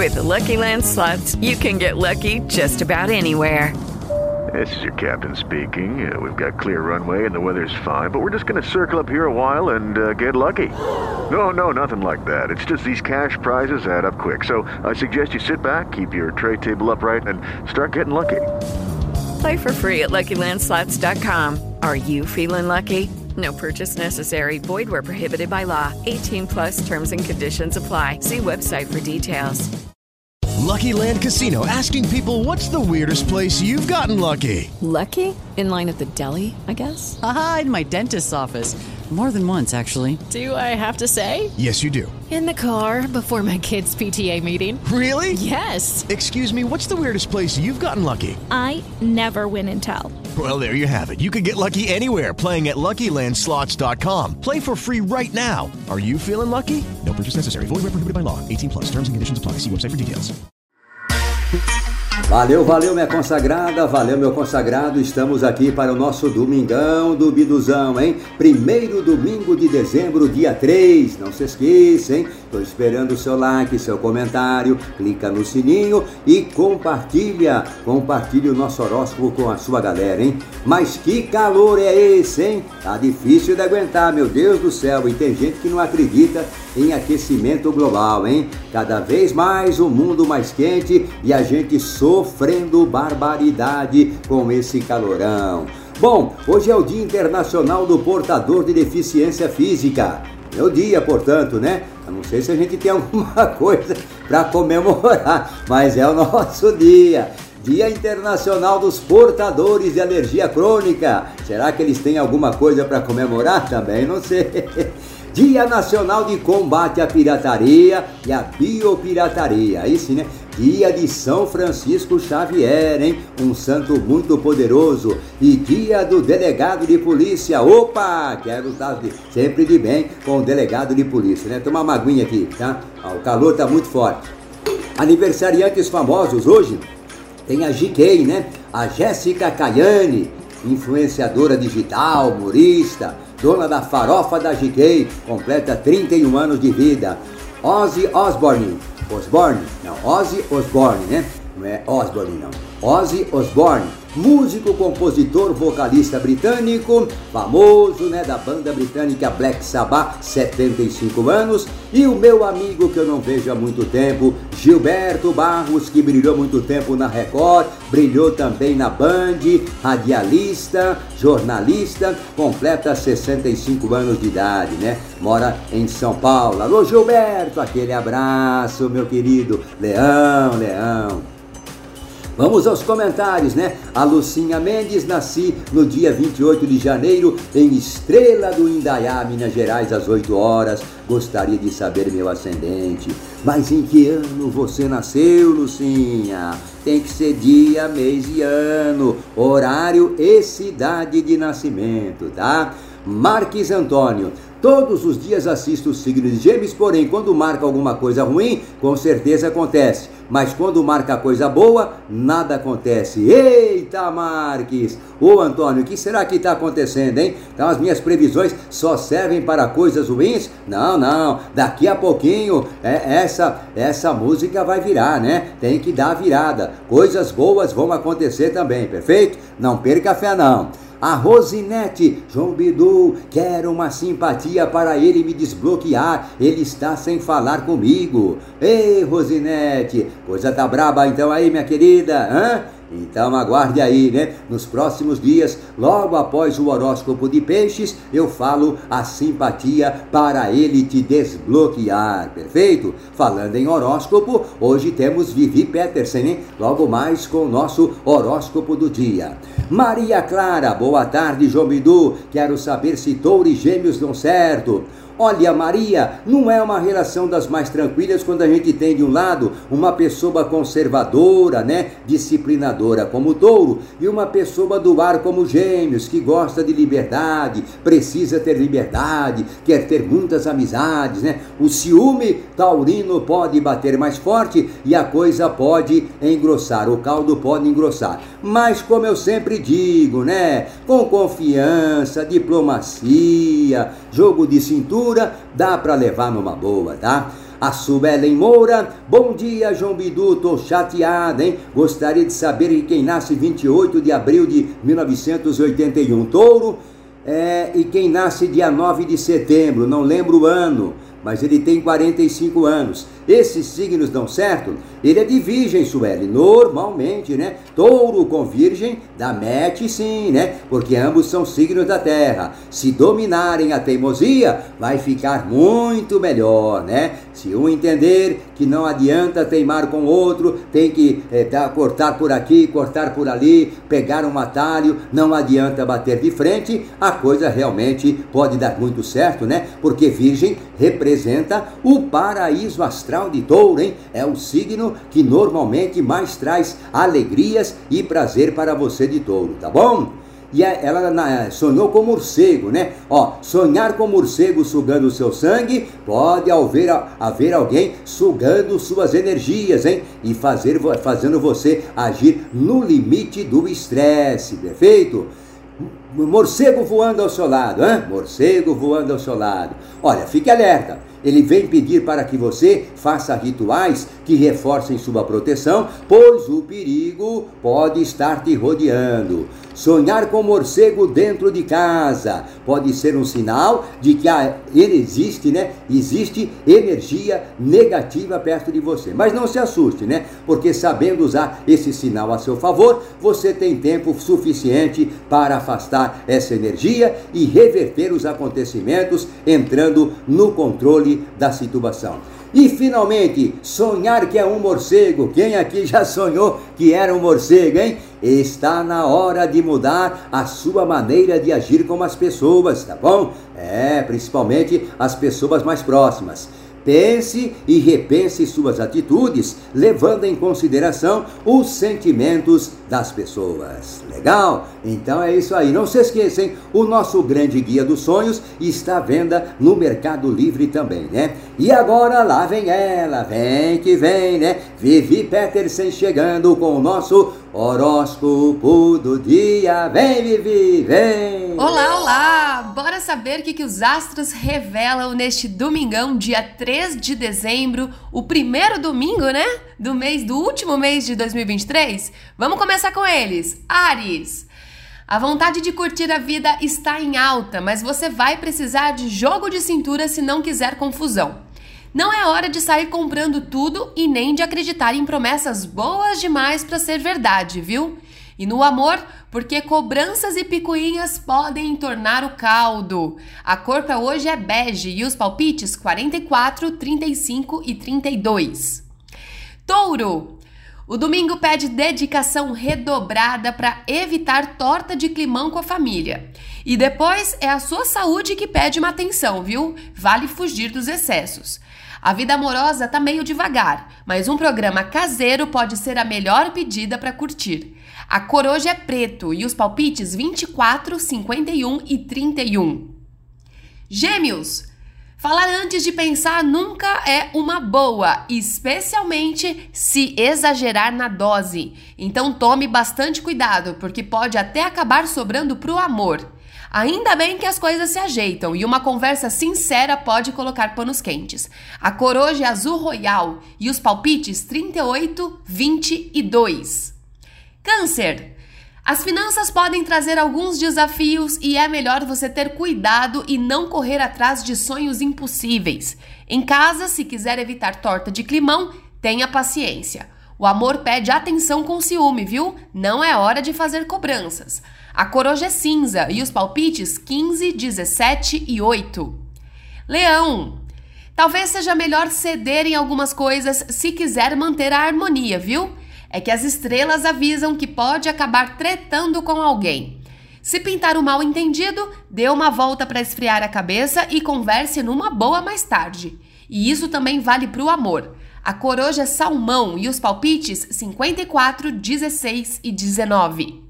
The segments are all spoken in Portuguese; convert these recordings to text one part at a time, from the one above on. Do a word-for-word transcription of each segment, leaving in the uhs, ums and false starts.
With the Lucky Land Slots, you can get lucky just about anywhere. This is your captain speaking. Uh, we've got clear runway and the weather's fine, but we're just going to circle up here a while and uh, get lucky. No, no, nothing like that. It's just these cash prizes add up quick. So I suggest you sit back, keep your tray table upright, and start getting lucky. Play for free at Lucky Land Slots dot com. Are you feeling lucky? No purchase necessary. Void where prohibited by law. eighteen plus terms and conditions apply. See website for details. Lucky Land Casino, asking people, what's the weirdest place you've gotten lucky? Lucky? In line at the deli, I guess? Aha, in my dentist's office. More than once, actually. Do I have to say? Yes, you do. In the car before my kids' P T A meeting. Really? Yes. Excuse me, what's the weirdest place you've gotten lucky? I never win and tell. Well, there you have it. You can get lucky anywhere, playing at Lucky Land Slots dot com. Play for free right now. Are you feeling lucky? No purchase necessary. Void where prohibited by law. eighteen plus. Terms and conditions apply. See website for details. Valeu, valeu minha consagrada, valeu meu consagrado, estamos aqui para o nosso Domingão do Biduzão, hein? Primeiro domingo de dezembro, dia três, não se esqueça, hein? Tô esperando o seu like, seu comentário, clica no sininho e compartilha, compartilha o nosso horóscopo com a sua galera, hein? Mas que calor é esse, hein? Tá difícil de aguentar, meu Deus do céu, e tem gente que não acredita em aquecimento global, hein? Cada vez mais o mundo mais quente e a gente sofrendo barbaridade com esse calorão. Bom, hoje é o Dia Internacional do Portador de Deficiência Física. É o dia, portanto, né? Eu não sei se a gente tem alguma coisa para comemorar, mas é o nosso dia. Dia Internacional dos Portadores de Alergia Crônica. Será que eles têm alguma coisa para comemorar? Também não sei. Dia Nacional de Combate à Pirataria e à Biopirataria. Aí sim, né? Dia de São Francisco Xavier, hein? Um santo muito poderoso. E dia do delegado de polícia. Opa! Quero estar sempre de bem com o delegado de polícia, né? Toma uma aguinha aqui, tá? Ah, o calor tá muito forte. Aniversariantes famosos hoje. Tem a G K, né? A Jéssica Caiane, influenciadora digital, humorista, dona da farofa da G K, completa trinta e um anos de vida. Ozzy Osbourne, Osbourne, não, Ozzy Osbourne, né? Não é Osbourne, não. Ozzy Osbourne, músico, compositor, vocalista britânico, famoso, né, da banda britânica Black Sabbath, setenta e cinco anos, e o meu amigo que eu não vejo há muito tempo, Gilberto Barros, que brilhou muito tempo na Record, brilhou também na Band, radialista, jornalista, completa sessenta e cinco anos de idade, né? Mora em São Paulo. Alô, Gilberto, aquele abraço, meu querido. Leão, Leão. Vamos aos comentários, né? A Lucinha Mendes, nasci no dia vinte e oito de janeiro em Estrela do Indaiá, Minas Gerais, às oito horas. Gostaria de saber meu ascendente. Mas em que ano você nasceu, Lucinha? Tem que ser dia, mês e ano, horário e cidade de nascimento, tá? Marques Antônio. Todos os dias assisto o signo de Gêmeos, porém, quando marca alguma coisa ruim, com certeza acontece. Mas quando marca coisa boa, nada acontece. Eita, Marques! Ô, Antônio, o que será que está acontecendo, hein? Então as minhas previsões só servem para coisas ruins? Não, não. Daqui a pouquinho, é, essa, essa música vai virar, né? Tem que dar a virada. Coisas boas vão acontecer também, perfeito? Não perca a fé, não. A Rosinete, João Bidu, quero uma simpatia para ele me desbloquear, ele está sem falar comigo. Ei, Rosinete, coisa tá braba então aí, minha querida, hã? Então aguarde aí, né? Nos próximos dias, logo após o horóscopo de peixes, eu falo a simpatia para ele te desbloquear, perfeito? Falando em horóscopo, hoje temos Vivi Petersen, hein? Logo mais com o nosso horóscopo do dia. Maria Clara, boa tarde, João Bidu, quero saber se Touro e Gêmeos dão certo. Olha, Maria, não é uma relação das mais tranquilas quando a gente tem de um lado uma pessoa conservadora, né, disciplinadora como o Touro, e uma pessoa do ar como Gêmeos, que gosta de liberdade, precisa ter liberdade, quer ter muitas amizades, né? O ciúme taurino pode bater mais forte e a coisa pode engrossar, o caldo pode engrossar. Mas como eu sempre digo, né, com confiança, diplomacia, jogo de cintura, dá para levar numa boa, tá? A Suelen Moura, bom dia, João Bidu, tô chateada, hein? Gostaria de saber que quem nasce vinte e oito de abril de mil novecentos e oitenta e um, touro, é, e quem nasce dia nove de setembro, não lembro o ano, mas ele tem quarenta e cinco anos. Esses signos dão certo? Ele é de virgem, Sueli, normalmente, né? Touro com virgem dá match sim, né? Porque ambos são signos da terra. Se dominarem a teimosia, vai ficar muito melhor, né? Se um entender que não adianta teimar com o outro, tem que é, dar, cortar por aqui, cortar por ali, pegar um atalho, não adianta bater de frente, a coisa realmente pode dar muito certo, né? Porque virgem representa o paraíso astral de touro, hein? É o signo que normalmente mais traz alegrias e prazer para você de touro, tá bom? E ela sonhou com morcego, né? Ó, sonhar com morcego sugando o seu sangue, pode haver, haver alguém sugando suas energias, hein? E fazer, fazendo você agir no limite do estresse, perfeito? Morcego voando ao seu lado, hein? Morcego voando ao seu lado. Olha, fique alerta. Ele vem pedir para que você faça rituais que reforcem sua proteção, pois o perigo pode estar te rodeando. Sonhar com morcego dentro de casa pode ser um sinal de que ele existe, né? Existe energia negativa perto de você. Mas não se assuste, né? Porque sabendo usar esse sinal a seu favor, você tem tempo suficiente para afastar essa energia e reverter os acontecimentos, entrando no controle da situação. E finalmente, sonhar que é um morcego. Quem aqui já sonhou que era um morcego, hein? Está na hora de mudar a sua maneira de agir com as pessoas, tá bom? É, principalmente as pessoas mais próximas. Pense e repense suas atitudes, levando em consideração os sentimentos das pessoas. Legal? Então é isso aí. Não se esqueçam, o nosso grande guia dos sonhos está à venda no Mercado Livre também, né? E agora lá vem ela, vem que vem, né? Vivi Petersen chegando com o nosso horóscopo do dia. Vem, Vivi, vem! Olá, olá! Bora saber o que, que os astros revelam neste domingão, dia três de dezembro, o primeiro domingo, né? Do mês, do último mês de dois mil e vinte e três? Vamos começar com eles. Áries! A vontade de curtir a vida está em alta, mas você vai precisar de jogo de cintura se não quiser confusão. Não é hora de sair comprando tudo e nem de acreditar em promessas boas demais para ser verdade, viu? E no amor, porque cobranças e picuinhas podem entornar o caldo. A cor para hoje é bege e os palpites quarenta e quatro, trinta e cinco e trinta e dois. Touro! O domingo pede dedicação redobrada para evitar torta de climão com a família. E depois é a sua saúde que pede uma atenção, viu? Vale fugir dos excessos. A vida amorosa tá meio devagar, mas um programa caseiro pode ser a melhor pedida para curtir. A cor hoje é preto e os palpites vinte e quatro, cinquenta e um e trinta e um. Gêmeos! Falar antes de pensar nunca é uma boa, especialmente se exagerar na dose. Então tome bastante cuidado, porque pode até acabar sobrando pro amor. Ainda bem que as coisas se ajeitam e uma conversa sincera pode colocar panos quentes. A cor hoje é azul royal e os palpites trinta e oito, vinte e dois. Câncer! As finanças podem trazer alguns desafios e é melhor você ter cuidado e não correr atrás de sonhos impossíveis. Em casa, se quiser evitar torta de climão, tenha paciência. O amor pede atenção com ciúme, viu? Não é hora de fazer cobranças. A cor hoje é cinza e os palpites quinze, dezessete e oito. Leão! Talvez seja melhor ceder em algumas coisas se quiser manter a harmonia, viu? É que as estrelas avisam que pode acabar tretando com alguém. Se pintar o mal entendido, dê uma volta para esfriar a cabeça e converse numa boa mais tarde. E isso também vale para o amor. A cor hoje é salmão e os palpites cinquenta e quatro, dezesseis e dezenove.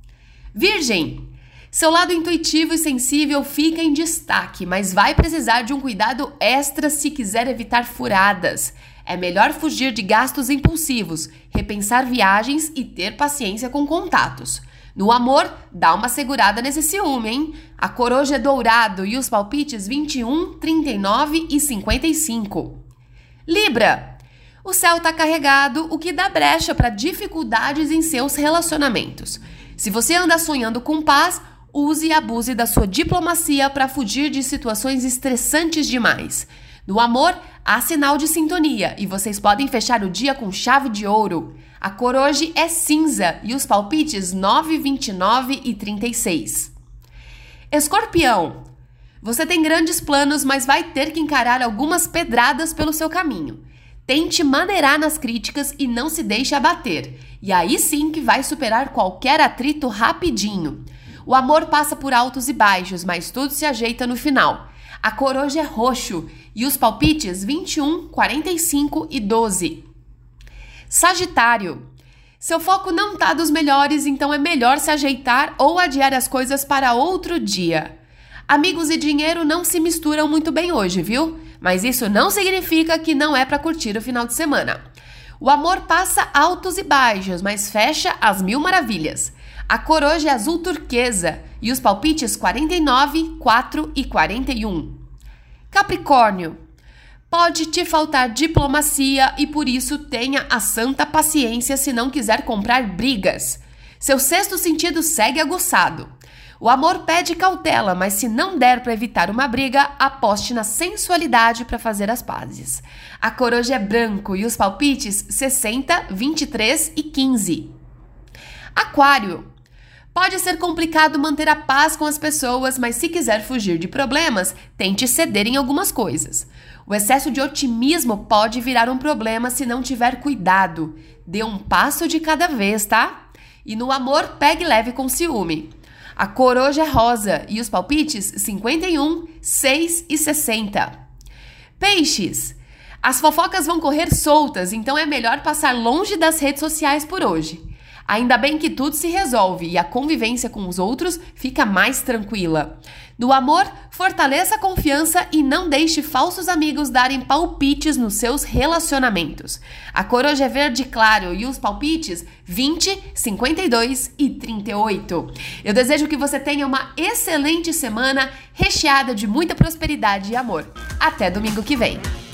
Virgem! Seu lado intuitivo e sensível fica em destaque, mas vai precisar de um cuidado extra se quiser evitar furadas. É melhor fugir de gastos impulsivos, repensar viagens e ter paciência com contatos. No amor, dá uma segurada nesse ciúme, hein? A cor hoje é dourado e os palpites vinte e um, trinta e nove e cinquenta e cinco. Libra. O céu tá carregado, o que dá brecha para dificuldades em seus relacionamentos. Se você anda sonhando com paz, use e abuse da sua diplomacia para fugir de situações estressantes demais. No amor, há sinal de sintonia e vocês podem fechar o dia com chave de ouro. A cor hoje é cinza e os palpites nove, vinte e nove e trinta e seis. Escorpião. Você tem grandes planos, mas vai ter que encarar algumas pedradas pelo seu caminho. Tente maneirar nas críticas e não se deixe abater. E aí sim que vai superar qualquer atrito rapidinho. O amor passa por altos e baixos, mas tudo se ajeita no final. A cor hoje é roxo e os palpites vinte e um, quarenta e cinco e doze. Sagitário. Seu foco não tá dos melhores, então é melhor se ajeitar ou adiar as coisas para outro dia. Amigos e dinheiro não se misturam muito bem hoje, viu? Mas isso não significa que não é para curtir o final de semana. O amor passa altos e baixos, mas fecha às mil maravilhas. A cor hoje é azul turquesa e os palpites quarenta e nove, quatro e quarenta e um. Capricórnio. Pode te faltar diplomacia e por isso tenha a santa paciência se não quiser comprar brigas. Seu sexto sentido segue aguçado. O amor pede cautela, mas se não der para evitar uma briga, aposte na sensualidade para fazer as pazes. A cor hoje é branco e os palpites sessenta, vinte e três e quinze. Aquário. Pode ser complicado manter a paz com as pessoas, mas se quiser fugir de problemas, tente ceder em algumas coisas. O excesso de otimismo pode virar um problema se não tiver cuidado. Dê um passo de cada vez, tá? E no amor, pegue leve com ciúme. A cor hoje é rosa e os palpites cinquenta e um, seis e sessenta. Peixes. As fofocas vão correr soltas, então é melhor passar longe das redes sociais por hoje. Ainda bem que tudo se resolve e a convivência com os outros fica mais tranquila. No amor, fortaleça a confiança e não deixe falsos amigos darem palpites nos seus relacionamentos. A cor hoje é verde claro e os palpites vinte, cinquenta e dois e trinta e oito. Eu desejo que você tenha uma excelente semana recheada de muita prosperidade e amor. Até domingo que vem!